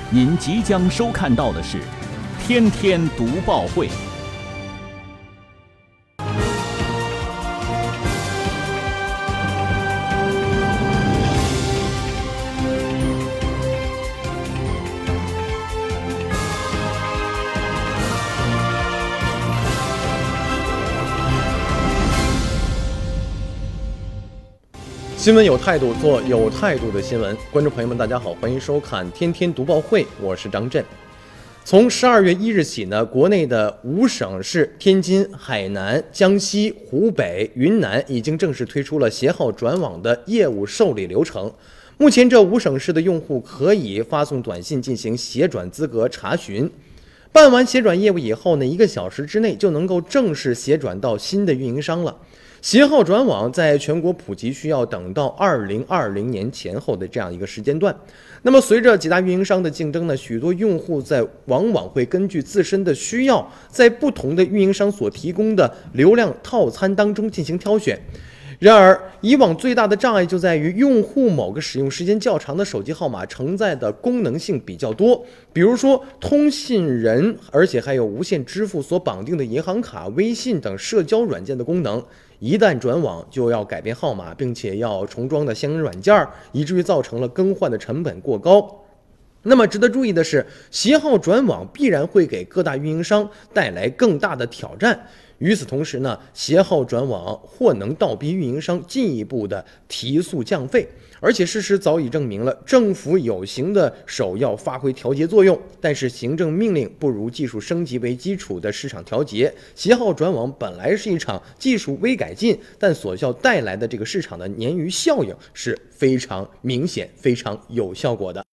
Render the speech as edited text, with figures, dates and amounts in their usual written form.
您即将收看到的是《天天读报会》。 新闻有态度，做有态度的新闻。观众朋友们，大家好，欢迎收看《天天读报会》，我是张震。从12月1日起呢，国内的5省市天津、海南、江西、湖北、云南已经正式推出了携号转网的业务受理流程。目前这5省市的用户可以发送短信进行携转资格查询。办完携转业务以后呢，1个小时之内就能够正式携转到新的运营商了。携号转网在全国普及需要等到2020年前后的这样一个时间段。那么随着几大运营商的竞争呢，许多用户往往会根据自身的需要，在不同的运营商所提供的流量套餐当中进行挑选。然而，以往最大的障碍就在于用户某个使用时间较长的手机号码承载的功能性比较多，比如说通信人，而且还有无线支付所绑定的银行卡、微信等社交软件的功能。一旦转网就要改变号码，并且要重装的相应软件，以至于造成了更换的成本过高。那么值得注意的是，携号转网必然会给各大运营商带来更大的挑战。与此同时呢，携号转网或能倒逼运营商进一步的提速降费。而且事实早已证明了，政府有形的手要发挥调节作用，但是行政命令不如技术升级为基础的市场调节。携号转网本来是一场技术微改进，但所要带来的这个市场的鲶鱼效应是非常明显、非常有效果的。